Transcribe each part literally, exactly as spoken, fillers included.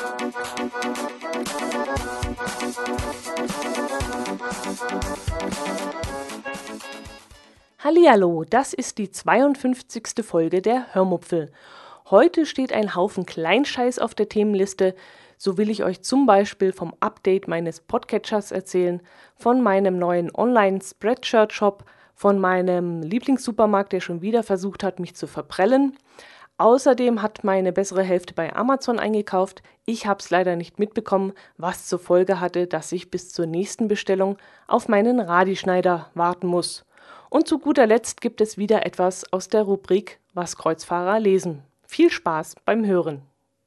Hallihallo, das ist die zweiundfünfzigste Folge der Hörmupfel. Heute steht ein Haufen Kleinscheiß auf der Themenliste. So will ich euch zum Beispiel vom Update meines Podcatchers erzählen, von meinem neuen Online-Spreadshirt-Shop, von meinem Lieblingssupermarkt, der schon wieder versucht hat, mich zu verprellen. Außerdem hat meine bessere Hälfte bei Amazon eingekauft. Ich habe es leider nicht mitbekommen, was zur Folge hatte, dass ich bis zur nächsten Bestellung auf meinen Radischneider warten muss. Und zu guter Letzt gibt es wieder etwas aus der Rubrik Was Kreuzfahrer lesen. Viel Spaß beim Hören.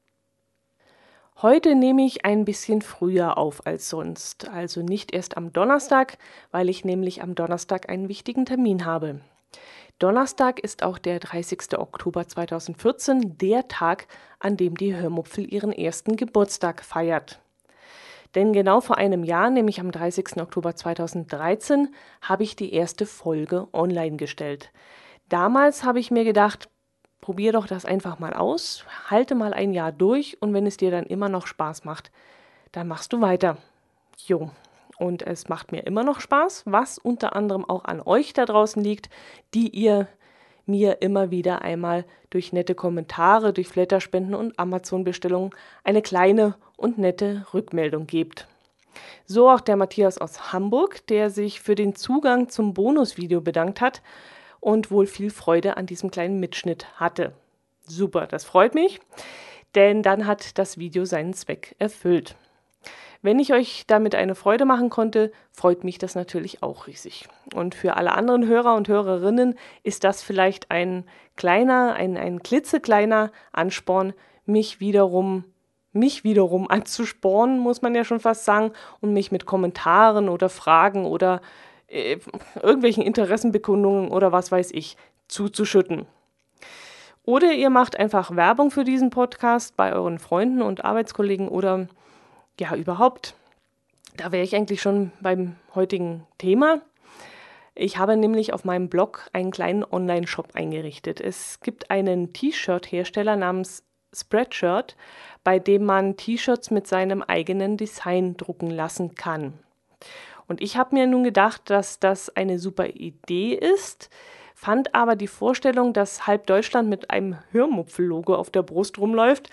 Heute nehme ich ein bisschen früher auf als sonst, also nicht erst am Donnerstag, weil ich nämlich am Donnerstag einen wichtigen Termin habe. Donnerstag ist auch der dreißigster Oktober zweitausendvierzehn, der Tag, an dem die Hörmupfel ihren ersten Geburtstag feiert. Denn genau vor einem Jahr, nämlich am dreißigsten Oktober zweitausenddreizehn, habe ich die erste Folge online gestellt. Damals habe ich mir gedacht, probier doch das einfach mal aus, halte mal ein Jahr durch und wenn es dir dann immer noch Spaß macht, dann machst du weiter. Jo, und es macht mir immer noch Spaß, was unter anderem auch an euch da draußen liegt, die ihr mir immer wieder einmal durch nette Kommentare, durch Flatterspenden und Amazon-Bestellungen eine kleine und nette Rückmeldung gebt. So auch der Matthias aus Hamburg, der sich für den Zugang zum Bonusvideo bedankt hat und wohl viel Freude an diesem kleinen Mitschnitt hatte. Super, das freut mich, denn dann hat das Video seinen Zweck erfüllt. Wenn ich euch damit eine Freude machen konnte, freut mich das natürlich auch riesig. Und für alle anderen Hörer und Hörerinnen ist das vielleicht ein kleiner, ein, ein klitzekleiner Ansporn, mich wiederum, mich wiederum anzuspornen, muss man ja schon fast sagen, und mich mit Kommentaren oder Fragen oder äh, irgendwelchen Interessenbekundungen oder was weiß ich zuzuschütten. Oder ihr macht einfach Werbung für diesen Podcast bei euren Freunden und Arbeitskollegen oder ja, überhaupt, da wäre ich eigentlich schon beim heutigen Thema. Ich habe nämlich auf meinem Blog einen kleinen Online-Shop eingerichtet. Es gibt einen T-Shirt-Hersteller namens Spreadshirt, bei dem man T-Shirts mit seinem eigenen Design drucken lassen kann. Und ich habe mir nun gedacht, dass das eine super Idee ist, fand aber die Vorstellung, dass halb Deutschland mit einem Hörmupfel-Logo auf der Brust rumläuft,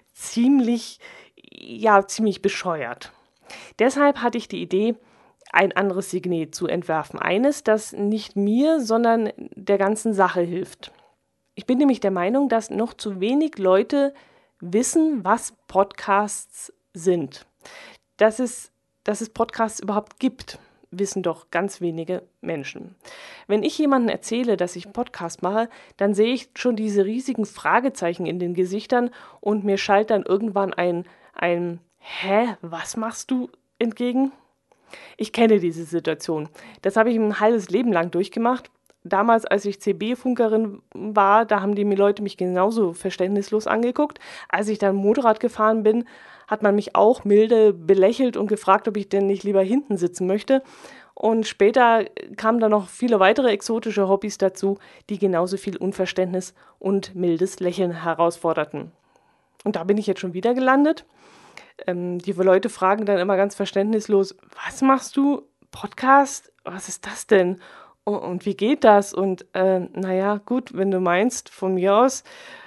ziemlich ja, ziemlich bescheuert. Deshalb hatte ich die Idee, ein anderes Signet zu entwerfen. Eines, das nicht mir, sondern der ganzen Sache hilft. Ich bin nämlich der Meinung, dass noch zu wenig Leute wissen, was Podcasts sind. Dass es, dass es Podcasts überhaupt gibt, wissen doch ganz wenige Menschen. Wenn ich jemandem erzähle, dass ich Podcast mache, dann sehe ich schon diese riesigen Fragezeichen in den Gesichtern und mir schallt dann irgendwann ein ein Hä, was machst du entgegen? Ich kenne diese Situation. Das habe ich ein halbes Leben lang durchgemacht. Damals, als ich C B-Funkerin war, da haben die Leute mich genauso verständnislos angeguckt. Als ich dann Motorrad gefahren bin, hat man mich auch milde belächelt und gefragt, ob ich denn nicht lieber hinten sitzen möchte. Und später kamen dann noch viele weitere exotische Hobbys dazu, die genauso viel Unverständnis und mildes Lächeln herausforderten. Und da bin ich jetzt schon wieder gelandet. Ähm, die Leute fragen dann immer ganz verständnislos, was machst du? Podcast? Was ist das denn? Und, und wie geht das? Und äh, naja, gut, wenn du meinst, von mir aus,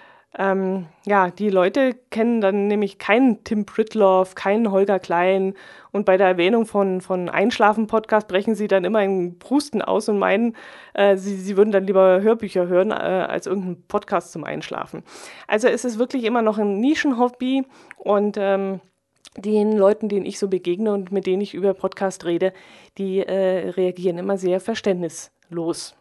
ähm, ja, die Leute kennen dann nämlich keinen Tim Pritloff, keinen Holger Klein und bei der Erwähnung von, von Einschlafen-Podcast brechen sie dann immer in Prusten aus und meinen, äh, sie, sie würden dann lieber Hörbücher hören äh, als irgendeinen Podcast zum Einschlafen. Also es ist wirklich immer noch ein Nischenhobby und ähm, den Leuten, denen ich so begegne und mit denen ich über Podcast rede, die äh, reagieren immer sehr verständnislos.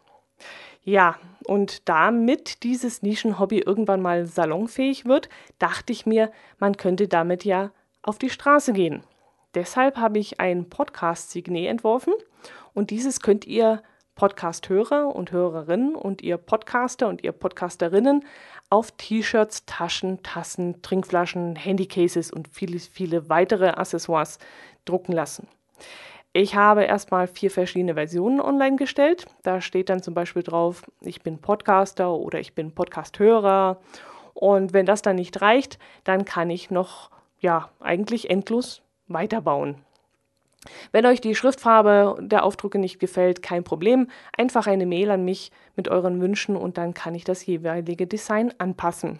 Ja, und damit dieses Nischenhobby irgendwann mal salonfähig wird, dachte ich mir, man könnte damit ja auf die Straße gehen. Deshalb habe ich ein Podcast-Signet entworfen und dieses könnt ihr Podcast-Hörer und Hörerinnen und ihr Podcaster und ihr Podcasterinnen auf T-Shirts, Taschen, Tassen, Trinkflaschen, Handycases und viele, viele weitere Accessoires drucken lassen. Ich habe erstmal vier verschiedene Versionen online gestellt. Da steht dann zum Beispiel drauf, ich bin Podcaster oder ich bin Podcast-Hörer. Und wenn das dann nicht reicht, dann kann ich noch ja, eigentlich endlos weiterbauen. Wenn euch die Schriftfarbe der Aufdrucke nicht gefällt, kein Problem. Einfach eine Mail an mich mit euren Wünschen und dann kann ich das jeweilige Design anpassen.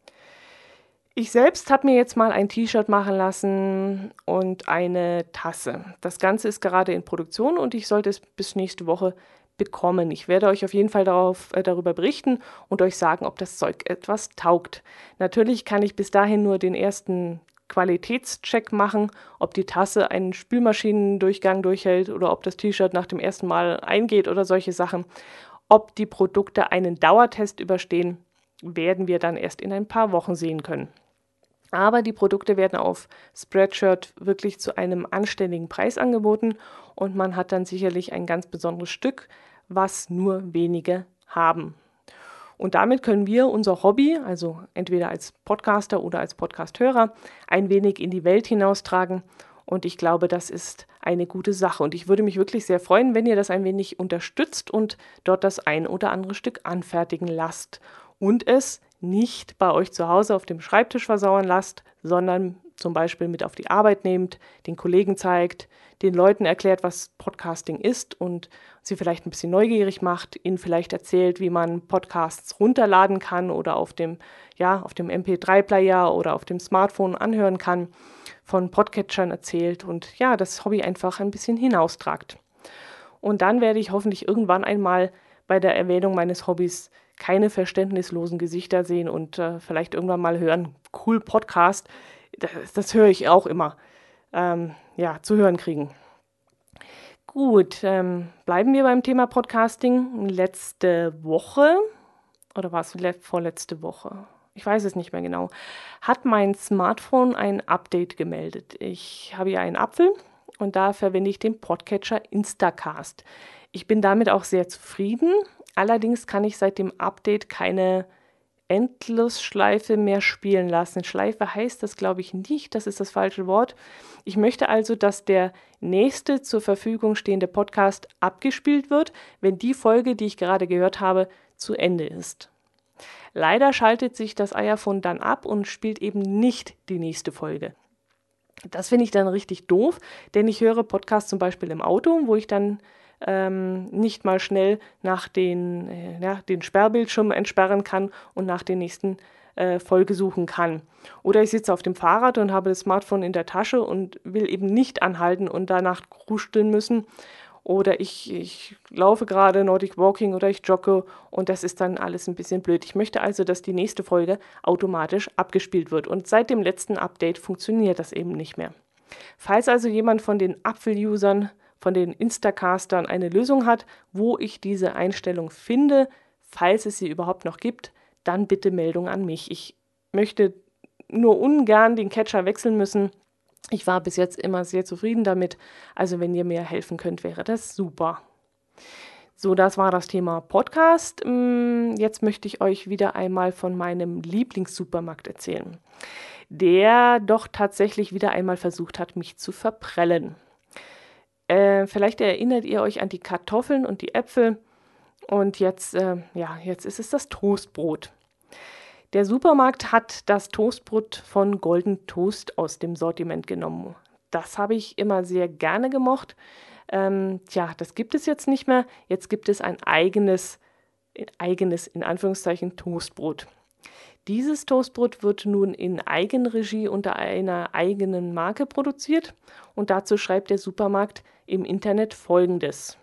Ich selbst habe mir jetzt mal ein T-Shirt machen lassen und eine Tasse. Das Ganze ist gerade in Produktion und ich sollte es bis nächste Woche bekommen. Ich werde euch auf jeden Fall darauf, äh, darüber berichten und euch sagen, ob das Zeug etwas taugt. Natürlich kann ich bis dahin nur den ersten Qualitätscheck machen, ob die Tasse einen Spülmaschinendurchgang durchhält oder ob das T-Shirt nach dem ersten Mal eingeht oder solche Sachen. Ob die Produkte einen Dauertest überstehen, werden wir dann erst in ein paar Wochen sehen können. Aber die Produkte werden auf Spreadshirt wirklich zu einem anständigen Preis angeboten und man hat dann sicherlich ein ganz besonderes Stück, was nur wenige haben. Und damit können wir unser Hobby, also entweder als Podcaster oder als Podcasthörer, ein wenig in die Welt hinaustragen. Und ich glaube, das ist eine gute Sache. Und ich würde mich wirklich sehr freuen, wenn ihr das ein wenig unterstützt und dort das ein oder andere Stück anfertigen lasst. Und es nicht bei euch zu Hause auf dem Schreibtisch versauern lasst, sondern zum Beispiel mit auf die Arbeit nehmt, den Kollegen zeigt, den Leuten erklärt, was Podcasting ist und sie vielleicht ein bisschen neugierig macht, ihnen vielleicht erzählt, wie man Podcasts runterladen kann oder auf dem, ja, auf dem M P drei Player oder auf dem Smartphone anhören kann, von Podcatchern erzählt und ja, das Hobby einfach ein bisschen hinaustragt. Und dann werde ich hoffentlich irgendwann einmal bei der Erwähnung meines Hobbys keine verständnislosen Gesichter sehen und äh, vielleicht irgendwann mal hören, cool Podcast, das, das höre ich auch immer, ähm, ja, zu hören kriegen. Gut, ähm, bleiben wir beim Thema Podcasting. Letzte Woche, oder war es vorletzte Woche? Ich weiß es nicht mehr genau, hat mein Smartphone ein Update gemeldet. Ich habe ja einen Apfel und da verwende ich den Podcatcher Instacast. Ich bin damit auch sehr zufrieden. Allerdings kann ich seit dem Update keine Endlosschleife mehr spielen lassen. Schleife heißt das, glaube ich, nicht. Das ist das falsche Wort. Ich möchte also, dass der nächste zur Verfügung stehende Podcast abgespielt wird, wenn die Folge, die ich gerade gehört habe, zu Ende ist. Leider schaltet sich das iPhone dann ab und spielt eben nicht die nächste Folge. Das finde ich dann richtig doof, denn ich höre Podcasts zum Beispiel im Auto, wo ich dann ähm, nicht mal schnell nach den, äh, ja, den Sperrbildschirm entsperren kann und nach der nächsten äh, Folge suchen kann. Oder ich sitze auf dem Fahrrad und habe das Smartphone in der Tasche und will eben nicht anhalten und danach krusteln müssen. Oder ich, ich laufe gerade Nordic Walking oder ich jogge und das ist dann alles ein bisschen blöd. Ich möchte also, dass die nächste Folge automatisch abgespielt wird. Und seit dem letzten Update funktioniert das eben nicht mehr. Falls also jemand von den Apfel-Usern, von den Instacastern eine Lösung hat, wo ich diese Einstellung finde, falls es sie überhaupt noch gibt, dann bitte Meldung an mich. Ich möchte nur ungern den Catcher wechseln müssen. Ich war bis jetzt immer sehr zufrieden damit. Also wenn ihr mir helfen könnt, wäre das super. So, das war das Thema Podcast. Jetzt möchte ich euch wieder einmal von meinem Lieblingssupermarkt erzählen, der doch tatsächlich wieder einmal versucht hat, mich zu verprellen. Äh, vielleicht erinnert ihr euch an die Kartoffeln und die Äpfel und jetzt, äh, ja, jetzt ist es das Toastbrot. Der Supermarkt hat das Toastbrot von Golden Toast aus dem Sortiment genommen. Das habe ich immer sehr gerne gemocht. Ähm, tja, das gibt es jetzt nicht mehr. Jetzt gibt es ein eigenes, ein eigenes, in Anführungszeichen, Toastbrot. Dieses Toastbrot wird nun in Eigenregie unter einer eigenen Marke produziert und dazu schreibt der Supermarkt im Internet Folgendes.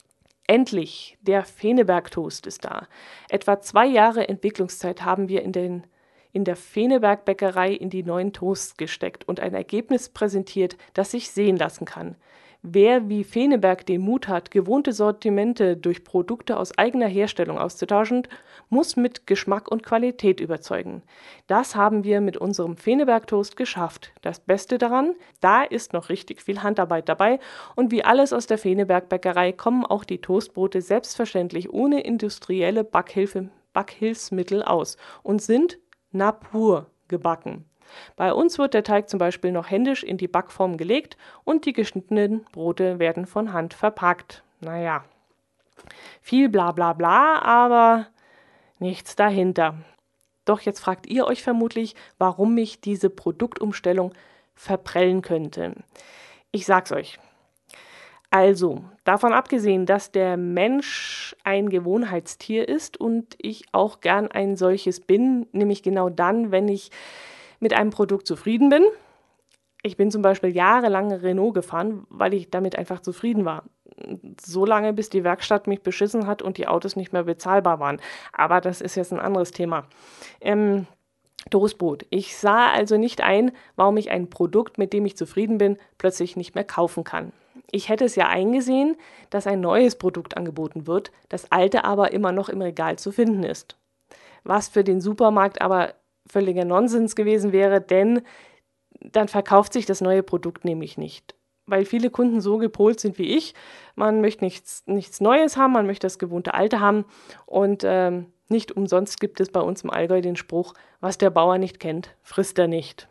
Endlich, der Feneberg-Toast ist da. Etwa zwei Jahre Entwicklungszeit haben wir in, den, in der Feneberg-Bäckerei in die neuen Toasts gesteckt und ein Ergebnis präsentiert, das sich sehen lassen kann. Wer wie Feneberg den Mut hat, gewohnte Sortimente durch Produkte aus eigener Herstellung auszutauschen, muss mit Geschmack und Qualität überzeugen. Das haben wir mit unserem Feneberg-Toast geschafft. Das Beste daran, da ist noch richtig viel Handarbeit dabei und wie alles aus der Feneberg-Bäckerei kommen auch die Toastbrote selbstverständlich ohne industrielle Backhilfe, Backhilfsmittel aus und sind na pur gebacken. Bei uns wird der Teig zum Beispiel noch händisch in die Backform gelegt und die geschnittenen Brote werden von Hand verpackt. Naja, viel bla bla bla, aber nichts dahinter. Doch jetzt fragt ihr euch vermutlich, warum mich diese Produktumstellung verprellen könnte. Ich sag's euch. Also, davon abgesehen, dass der Mensch ein Gewohnheitstier ist und ich auch gern ein solches bin, nämlich genau dann, wenn ich mit einem Produkt zufrieden bin. Ich bin zum Beispiel jahrelang Renault gefahren, weil ich damit einfach zufrieden war. So lange, bis die Werkstatt mich beschissen hat und die Autos nicht mehr bezahlbar waren. Aber das ist jetzt ein anderes Thema. Ähm, Toastbrot. Ich sah also nicht ein, warum ich ein Produkt, mit dem ich zufrieden bin, plötzlich nicht mehr kaufen kann. Ich hätte es ja eingesehen, dass ein neues Produkt angeboten wird, das alte aber immer noch im Regal zu finden ist. Was für den Supermarkt aber völliger Nonsens gewesen wäre, denn dann verkauft sich das neue Produkt nämlich nicht. Weil viele Kunden so gepolt sind wie ich. Man möchte nichts, nichts Neues haben, man möchte das gewohnte Alte haben. Und ähm, nicht umsonst gibt es bei uns im Allgäu den Spruch, was der Bauer nicht kennt, frisst er nicht.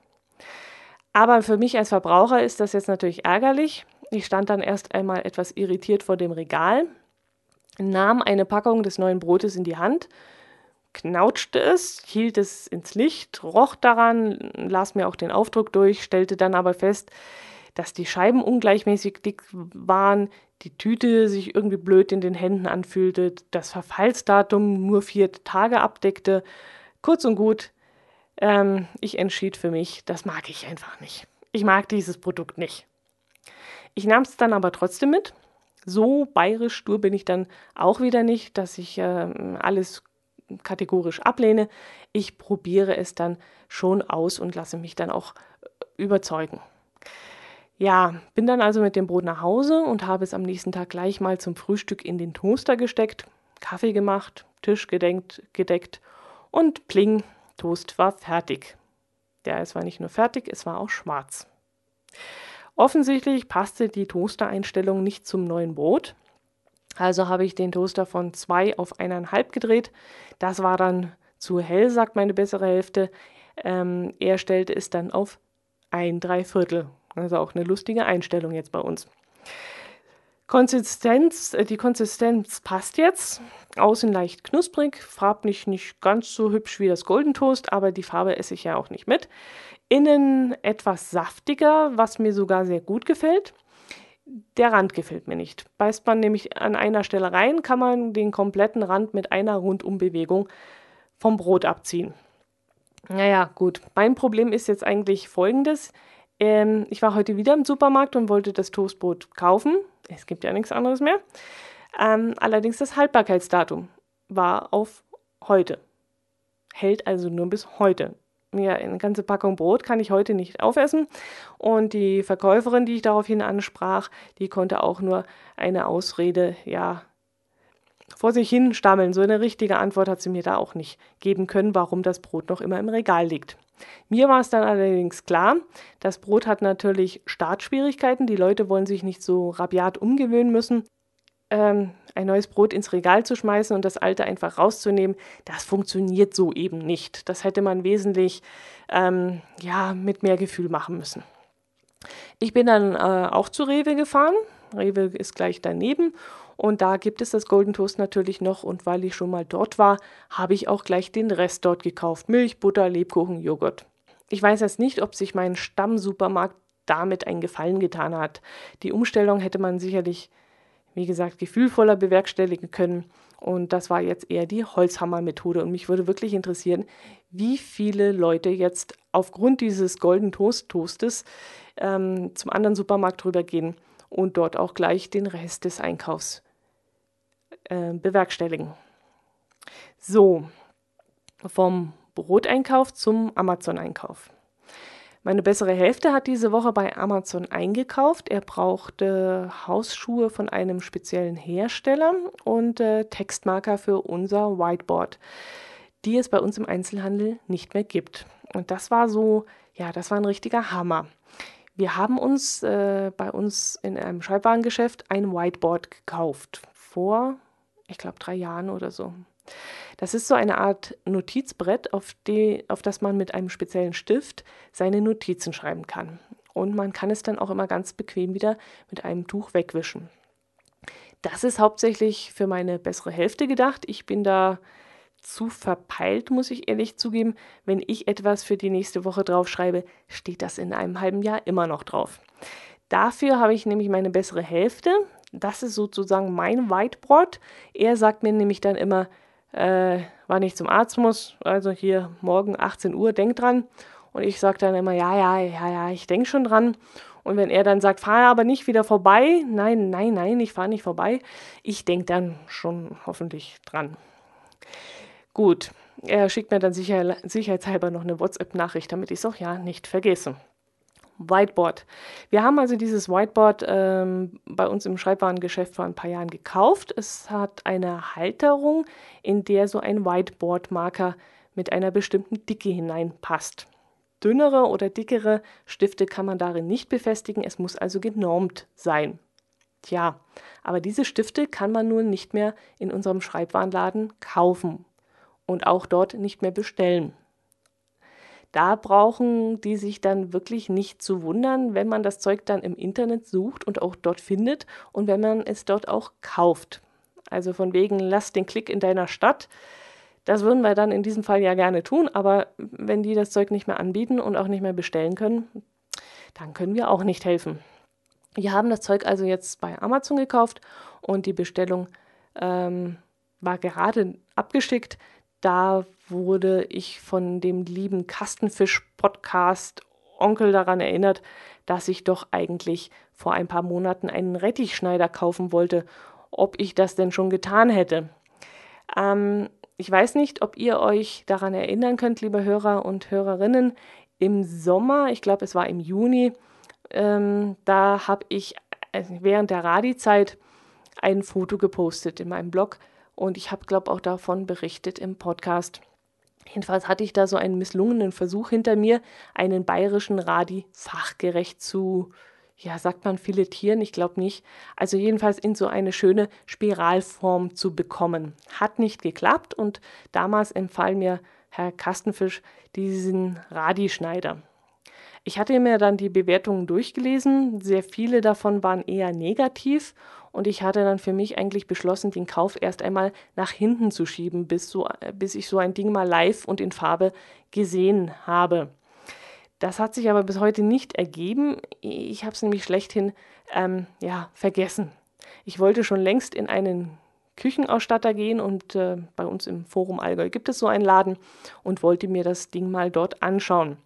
Aber für mich als Verbraucher ist das jetzt natürlich ärgerlich. Ich stand dann erst einmal etwas irritiert vor dem Regal, nahm eine Packung des neuen Brotes in die Hand, knautschte es, hielt es ins Licht, roch daran, las mir auch den Aufdruck durch, stellte dann aber fest, dass die Scheiben ungleichmäßig dick waren, die Tüte sich irgendwie blöd in den Händen anfühlte, das Verfallsdatum nur vier Tage abdeckte. Kurz und gut, ähm, ich entschied für mich, das mag ich einfach nicht. Ich mag dieses Produkt nicht. Ich nahm es dann aber trotzdem mit. So bayerisch stur bin ich dann auch wieder nicht, dass ich äh, alles kategorisch ablehne. Ich probiere es dann schon aus und lasse mich dann auch überzeugen. Ja, bin dann also mit dem Brot nach Hause und habe es am nächsten Tag gleich mal zum Frühstück in den Toaster gesteckt, Kaffee gemacht, Tisch gedeckt, gedeckt und pling, Toast war fertig. Ja, es war nicht nur fertig, es war auch schwarz. Offensichtlich passte die Toastereinstellung nicht zum neuen Brot. Also habe ich den Toaster von zwei auf eineinhalb gedreht. Das war dann zu hell, sagt meine bessere Hälfte. Ähm, er stellte es dann auf ein Dreiviertel. Also auch eine lustige Einstellung jetzt bei uns. Konsistenz, äh, die Konsistenz passt jetzt. Außen leicht knusprig, farblich nicht ganz so hübsch wie das Golden Toast, aber die Farbe esse ich ja auch nicht mit. Innen etwas saftiger, was mir sogar sehr gut gefällt. Der Rand gefällt mir nicht. Beißt man nämlich an einer Stelle rein, kann man den kompletten Rand mit einer Rundumbewegung vom Brot abziehen. Naja, gut. Mein Problem ist jetzt eigentlich folgendes. Ähm, ich war heute wieder im Supermarkt und wollte das Toastbrot kaufen. Es gibt ja nichts anderes mehr. Ähm, allerdings das Haltbarkeitsdatum war auf heute. Hält also nur bis heute. Ja, eine ganze Packung Brot kann ich heute nicht aufessen. Und die Verkäuferin, die ich daraufhin ansprach, die konnte auch nur eine Ausrede, ja, vor sich hin stammeln. So eine richtige Antwort hat sie mir da auch nicht geben können, warum das Brot noch immer im Regal liegt. Mir war es dann allerdings klar, das Brot hat natürlich Startschwierigkeiten. Die Leute wollen sich nicht so rabiat umgewöhnen müssen. Ähm, ein neues Brot ins Regal zu schmeißen und das alte einfach rauszunehmen, das funktioniert so eben nicht. Das hätte man wesentlich ähm, ja, mit mehr Gefühl machen müssen. Ich bin dann äh, auch zu Rewe gefahren. Rewe ist gleich daneben und da gibt es das Golden Toast natürlich noch und weil ich schon mal dort war, habe ich auch gleich den Rest dort gekauft. Milch, Butter, Lebkuchen, Joghurt. Ich weiß jetzt nicht, ob sich mein Stammsupermarkt damit einen Gefallen getan hat. Die Umstellung hätte man sicherlich, wie gesagt, gefühlvoller bewerkstelligen können. Und das war jetzt eher die Holzhammer-Methode. Und mich würde wirklich interessieren, wie viele Leute jetzt aufgrund dieses Golden Toast Toastes ähm, zum anderen Supermarkt rübergehen und dort auch gleich den Rest des Einkaufs äh, bewerkstelligen. So, vom Broteinkauf zum Amazon-Einkauf. Meine bessere Hälfte hat diese Woche bei Amazon eingekauft. Er brauchte Hausschuhe von einem speziellen Hersteller und äh, Textmarker für unser Whiteboard, die es bei uns im Einzelhandel nicht mehr gibt. Und das war so, ja, das war ein richtiger Hammer. Wir haben uns äh, bei uns in einem Schreibwarengeschäft ein Whiteboard gekauft. Vor, ich glaube, drei Jahren oder so. Das ist so eine Art Notizbrett, auf, die, auf das man mit einem speziellen Stift seine Notizen schreiben kann. Und man kann es dann auch immer ganz bequem wieder mit einem Tuch wegwischen. Das ist hauptsächlich für meine bessere Hälfte gedacht. Ich bin da zu verpeilt, muss ich ehrlich zugeben. Wenn ich etwas für die nächste Woche draufschreibe, steht das in einem halben Jahr immer noch drauf. Dafür habe ich nämlich meine bessere Hälfte. Das ist sozusagen mein Whiteboard. Er sagt mir nämlich dann immer, äh, wann ich zum Arzt muss. Also hier morgen achtzehn Uhr, denk dran. Und ich sage dann immer, ja, ja, ja, ja, ich denke schon dran. Und wenn er dann sagt, fahr aber nicht wieder vorbei. Nein, nein, nein, ich fahre nicht vorbei. Ich denke dann schon hoffentlich dran. Gut, er schickt mir dann sicher, sicherheitshalber noch eine WhatsApp-Nachricht, damit ich es auch ja nicht vergesse. Whiteboard. Wir haben also dieses Whiteboard ähm, bei uns im Schreibwarengeschäft vor ein paar Jahren gekauft. Es hat eine Halterung, in der so ein Whiteboard-Marker mit einer bestimmten Dicke hineinpasst. Dünnere oder dickere Stifte kann man darin nicht befestigen, es muss also genormt sein. Tja, aber diese Stifte kann man nun nicht mehr in unserem Schreibwarenladen kaufen und auch dort nicht mehr bestellen. Da brauchen die sich dann wirklich nicht zu wundern, wenn man das Zeug dann im Internet sucht und auch dort findet und wenn man es dort auch kauft. Also von wegen, lass den Klick in deiner Stadt. Das würden wir dann in diesem Fall ja gerne tun, aber wenn die das Zeug nicht mehr anbieten und auch nicht mehr bestellen können, dann können wir auch nicht helfen. Wir haben das Zeug also jetzt bei Amazon gekauft und die Bestellung ähm, war gerade abgeschickt. Da wurde ich von dem lieben Kastenfisch-Podcast Onkel daran erinnert, dass ich doch eigentlich vor ein paar Monaten einen Rettichschneider kaufen wollte, ob ich das denn schon getan hätte. Ähm, ich weiß nicht, ob ihr euch daran erinnern könnt, liebe Hörer und Hörerinnen. Im Sommer, ich glaube es war im Juni, ähm, da habe ich während der Radi-Zeit ein Foto gepostet in meinem Blog und ich habe, glaube ich, auch davon berichtet im Podcast. Jedenfalls hatte ich da so einen misslungenen Versuch hinter mir, einen bayerischen Radi fachgerecht zu, ja, sagt man filetieren? Ich glaube nicht. Also jedenfalls in so eine schöne Spiralform zu bekommen. Hat nicht geklappt und damals empfahl mir Herr Kastenfisch diesen Radi-Schneider. Ich hatte mir dann die Bewertungen durchgelesen. Sehr viele davon waren eher negativ. Und ich hatte dann für mich eigentlich beschlossen, den Kauf erst einmal nach hinten zu schieben, bis, so, bis ich so ein Ding mal live und in Farbe gesehen habe. Das hat sich aber bis heute nicht ergeben. Ich habe es nämlich schlechthin ähm, ja, vergessen. Ich wollte schon längst in einen Küchenausstatter gehen und äh, bei uns im Forum Allgäu gibt es so einen Laden und wollte mir das Ding mal dort anschauen.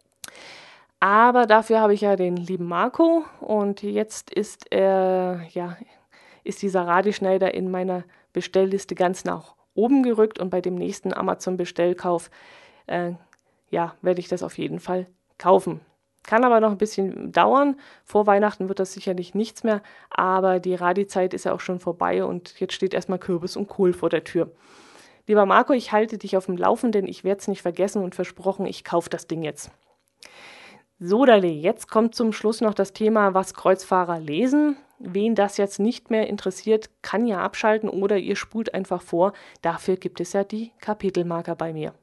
Aber dafür habe ich ja den lieben Marco und jetzt ist er, ja, ist dieser Radi-Schneider in meiner Bestellliste ganz nach oben gerückt und bei dem nächsten Amazon-Bestellkauf, äh, ja, werde ich das auf jeden Fall kaufen. Kann aber noch ein bisschen dauern. Vor Weihnachten wird das sicherlich nichts mehr, aber die Radi-Zeit ist ja auch schon vorbei und jetzt steht erstmal Kürbis und Kohl vor der Tür. Lieber Marco, ich halte dich auf dem Laufenden, ich werde es nicht vergessen und versprochen, ich kaufe das Ding jetzt. So, Dale, jetzt kommt zum Schluss noch das Thema, was Kreuzfahrer lesen. Wen das jetzt nicht mehr interessiert, kann ja abschalten oder ihr spult einfach vor. Dafür gibt es ja die Kapitelmarker bei mir.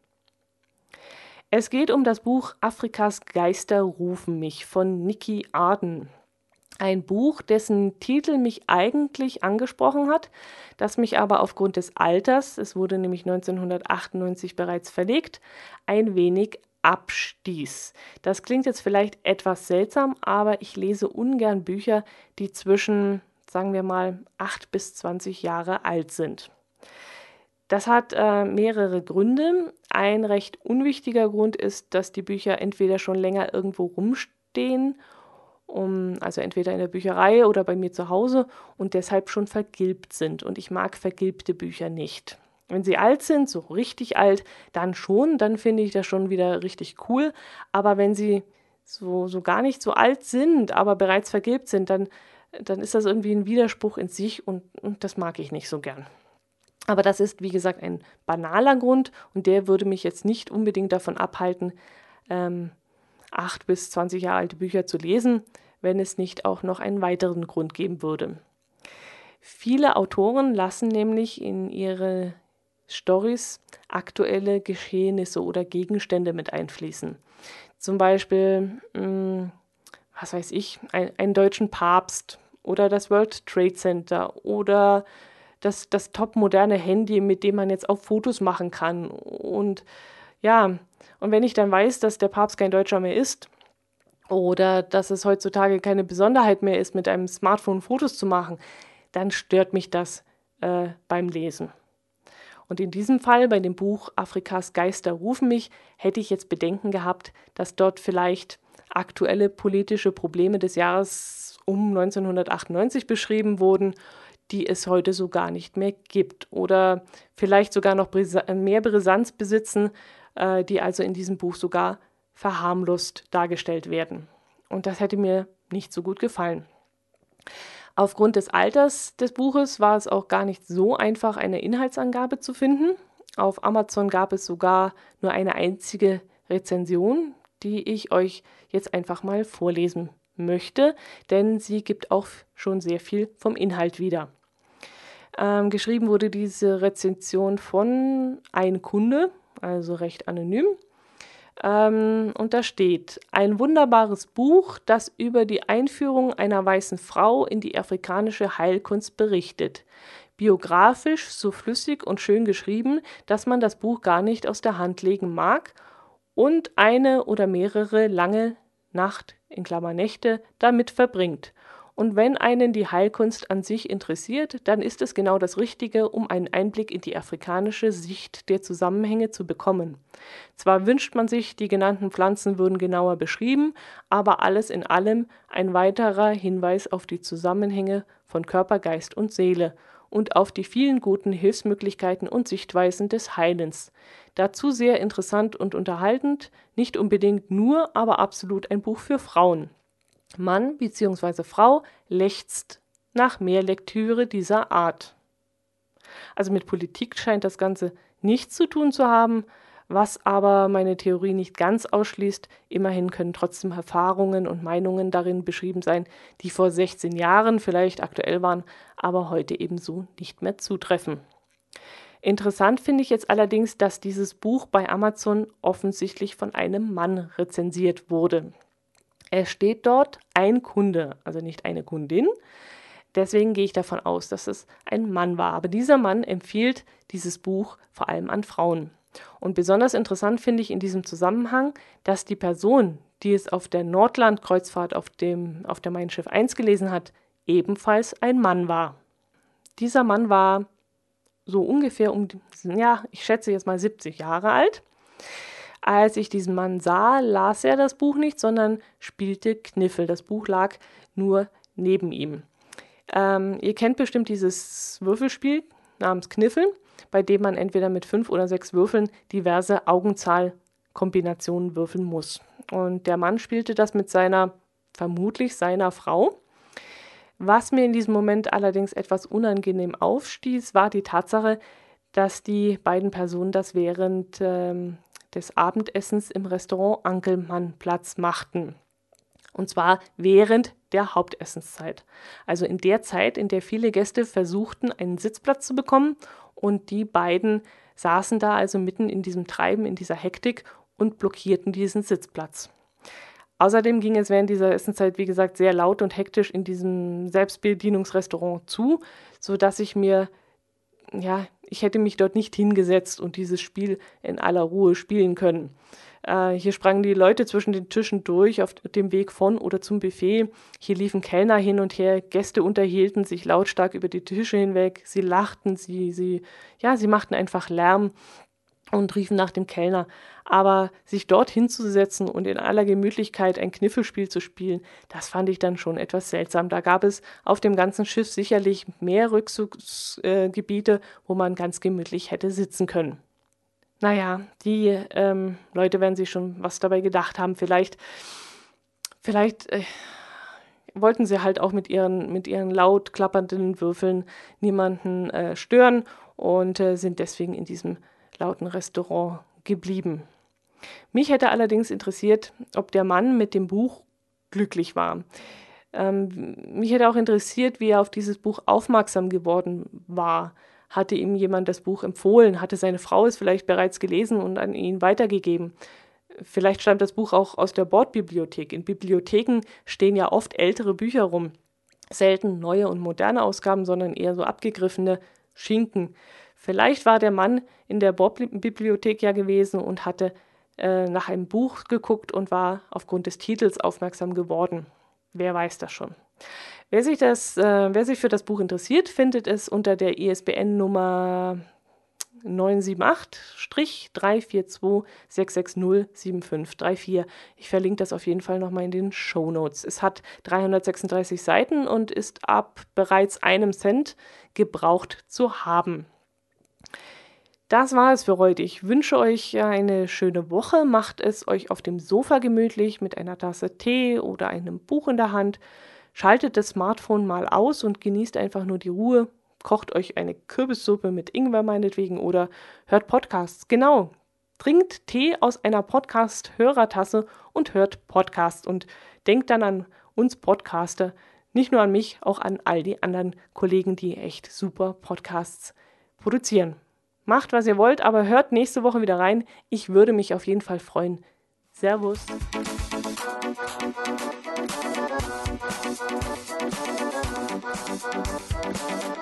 Es geht um das Buch Afrikas Geister rufen mich von Niki Arden. Ein Buch, dessen Titel mich eigentlich angesprochen hat, das mich aber aufgrund des Alters, es wurde nämlich neunzehnhundertachtundneunzig bereits verlegt, ein wenig abstieß. Das klingt jetzt vielleicht etwas seltsam, aber ich lese ungern Bücher, die zwischen, sagen wir mal, acht bis zwanzig Jahre alt sind. Das hat äh, mehrere Gründe. Ein recht unwichtiger Grund ist, dass die Bücher entweder schon länger irgendwo rumstehen, um, also entweder in der Bücherei oder bei mir zu Hause und deshalb schon vergilbt sind. Und ich mag vergilbte Bücher nicht. Wenn sie alt sind, so richtig alt, dann schon, dann finde ich das schon wieder richtig cool. Aber wenn sie so, so gar nicht so alt sind, aber bereits vergilbt sind, dann, dann ist das irgendwie ein Widerspruch in sich und, und das mag ich nicht so gern. Aber das ist, wie gesagt, ein banaler Grund und der würde mich jetzt nicht unbedingt davon abhalten, ähm, acht bis zwanzig Jahre alte Bücher zu lesen, wenn es nicht auch noch einen weiteren Grund geben würde. Viele Autoren lassen nämlich in ihre Storys aktuelle Geschehnisse oder Gegenstände mit einfließen. Zum Beispiel, mh, was weiß ich, ein, einen deutschen Papst oder das World Trade Center oder das, das top moderne Handy, mit dem man jetzt auch Fotos machen kann. Und ja, und wenn ich dann weiß, dass der Papst kein Deutscher mehr ist oder dass es heutzutage keine Besonderheit mehr ist, mit einem Smartphone Fotos zu machen, dann stört mich das äh, beim Lesen. Und in diesem Fall, bei dem Buch Afrikas Geister rufen mich, hätte ich jetzt Bedenken gehabt, dass dort vielleicht aktuelle politische Probleme des Jahres um neunzehnhundertachtundneunzig beschrieben wurden, die es heute so gar nicht mehr gibt. Oder vielleicht sogar noch mehr Brisanz besitzen, äh, die also in diesem Buch sogar verharmlost dargestellt werden. Und das hätte mir nicht so gut gefallen. Aufgrund des Alters des Buches war es auch gar nicht so einfach, eine Inhaltsangabe zu finden. Auf Amazon gab es sogar nur eine einzige Rezension, die ich euch jetzt einfach mal vorlesen möchte, denn sie gibt auch schon sehr viel vom Inhalt wieder. Ähm, geschrieben wurde diese Rezension von Ein Kunde, also recht anonym. Ähm, und da steht: Ein wunderbares Buch, das über die Einführung einer weißen Frau in die afrikanische Heilkunst berichtet. Biografisch so flüssig und schön geschrieben, dass man das Buch gar nicht aus der Hand legen mag und eine oder mehrere lange Nacht, in Klammer Nächte, damit verbringt. Und wenn einen die Heilkunst an sich interessiert, dann ist es genau das Richtige, um einen Einblick in die afrikanische Sicht der Zusammenhänge zu bekommen. Zwar wünscht man sich, die genannten Pflanzen würden genauer beschrieben, aber alles in allem ein weiterer Hinweis auf die Zusammenhänge von Körper, Geist und Seele und auf die vielen guten Hilfsmöglichkeiten und Sichtweisen des Heilens. Dazu sehr interessant und unterhaltend, nicht unbedingt nur, aber absolut ein Buch für Frauen. Mann bzw. Frau lechzt nach mehr Lektüre dieser Art. Also mit Politik scheint das Ganze nichts zu tun zu haben, was aber meine Theorie nicht ganz ausschließt. Immerhin können trotzdem Erfahrungen und Meinungen darin beschrieben sein, die vor sechzehn Jahren vielleicht aktuell waren, aber heute ebenso nicht mehr zutreffen. Interessant finde ich jetzt allerdings, dass dieses Buch bei Amazon offensichtlich von einem Mann rezensiert wurde. Es steht dort ein Kunde, also nicht eine Kundin. Deswegen gehe ich davon aus, dass es ein Mann war. Aber dieser Mann empfiehlt dieses Buch vor allem an Frauen. Und besonders interessant finde ich in diesem Zusammenhang, dass die Person, die es auf der Nordland-Kreuzfahrt auf dem, auf der Mein Schiff eins gelesen hat, ebenfalls ein Mann war. Dieser Mann war so ungefähr um, ja, ich schätze jetzt mal siebzig Jahre alt. Als ich diesen Mann sah, las er das Buch nicht, sondern spielte Kniffel. Das Buch lag nur neben ihm. Ähm, ihr kennt bestimmt dieses Würfelspiel namens Kniffel, bei dem man entweder mit fünf oder sechs Würfeln diverse Augenzahlkombinationen würfeln muss. Und der Mann spielte das mit seiner, vermutlich seiner Frau. Was mir in diesem Moment allerdings etwas unangenehm aufstieß, war die Tatsache, dass die beiden Personen das während ähm, des Abendessens im Restaurant Ankelmann Platz machten. Und zwar während der Hauptessenszeit. Also in der Zeit, in der viele Gäste versuchten, einen Sitzplatz zu bekommen, und die beiden saßen da also mitten in diesem Treiben, in dieser Hektik und blockierten diesen Sitzplatz. Außerdem ging es während dieser Essenszeit, wie gesagt, sehr laut und hektisch in diesem Selbstbedienungsrestaurant zu, sodass ich mir, ja, ich hätte mich dort nicht hingesetzt und dieses Spiel in aller Ruhe spielen können. Äh, hier sprangen die Leute zwischen den Tischen durch auf dem Weg von oder zum Buffet. Hier liefen Kellner hin und her, Gäste unterhielten sich lautstark über die Tische hinweg. Sie lachten, sie, sie, ja, sie machten einfach Lärm und riefen nach dem Kellner. Aber sich dort hinzusetzen und in aller Gemütlichkeit ein Kniffelspiel zu spielen, das fand ich dann schon etwas seltsam. Da gab es auf dem ganzen Schiff sicherlich mehr Rückzugsgebiete, äh, wo man ganz gemütlich hätte sitzen können. Naja, die ähm, Leute werden sich schon was dabei gedacht haben. Vielleicht, vielleicht äh, wollten sie halt auch mit ihren, mit ihren laut klappernden Würfeln niemanden äh, stören und äh, sind deswegen in diesem lauten Restaurant geblieben. Mich hätte allerdings interessiert, ob der Mann mit dem Buch glücklich war. Ähm, mich hätte auch interessiert, wie er auf dieses Buch aufmerksam geworden war. Hatte ihm jemand das Buch empfohlen? Hatte seine Frau es vielleicht bereits gelesen und an ihn weitergegeben? Vielleicht stammt das Buch auch aus der Bordbibliothek. In Bibliotheken stehen ja oft ältere Bücher rum. Selten neue und moderne Ausgaben, sondern eher so abgegriffene, Schinken. Vielleicht war der Mann in der Bob-Bibliothek ja gewesen und hatte äh, nach einem Buch geguckt und war aufgrund des Titels aufmerksam geworden. Wer weiß das schon. Wer sich, das, äh, wer sich für das Buch interessiert, findet es unter der I S B N-Nummer neun sieben acht drei vier zwei sechs sechs null sieben fünf drei vier. Ich verlinke das auf jeden Fall nochmal in den Shownotes. Es hat dreihundertsechsunddreißig Seiten und ist ab bereits einem Cent gebraucht zu haben. Das war es für heute. Ich wünsche euch eine schöne Woche. Macht es euch auf dem Sofa gemütlich mit einer Tasse Tee oder einem Buch in der Hand. Schaltet das Smartphone mal aus und genießt einfach nur die Ruhe. Kocht euch eine Kürbissuppe mit Ingwer meinetwegen oder hört Podcasts. Genau, trinkt Tee aus einer Podcast-Hörertasse und hört Podcasts. Und denkt dann an uns Podcaster, nicht nur an mich, auch an all die anderen Kollegen, die echt super Podcasts produzieren. Macht, was ihr wollt, aber hört nächste Woche wieder rein. Ich würde mich auf jeden Fall freuen. Servus. Thank you.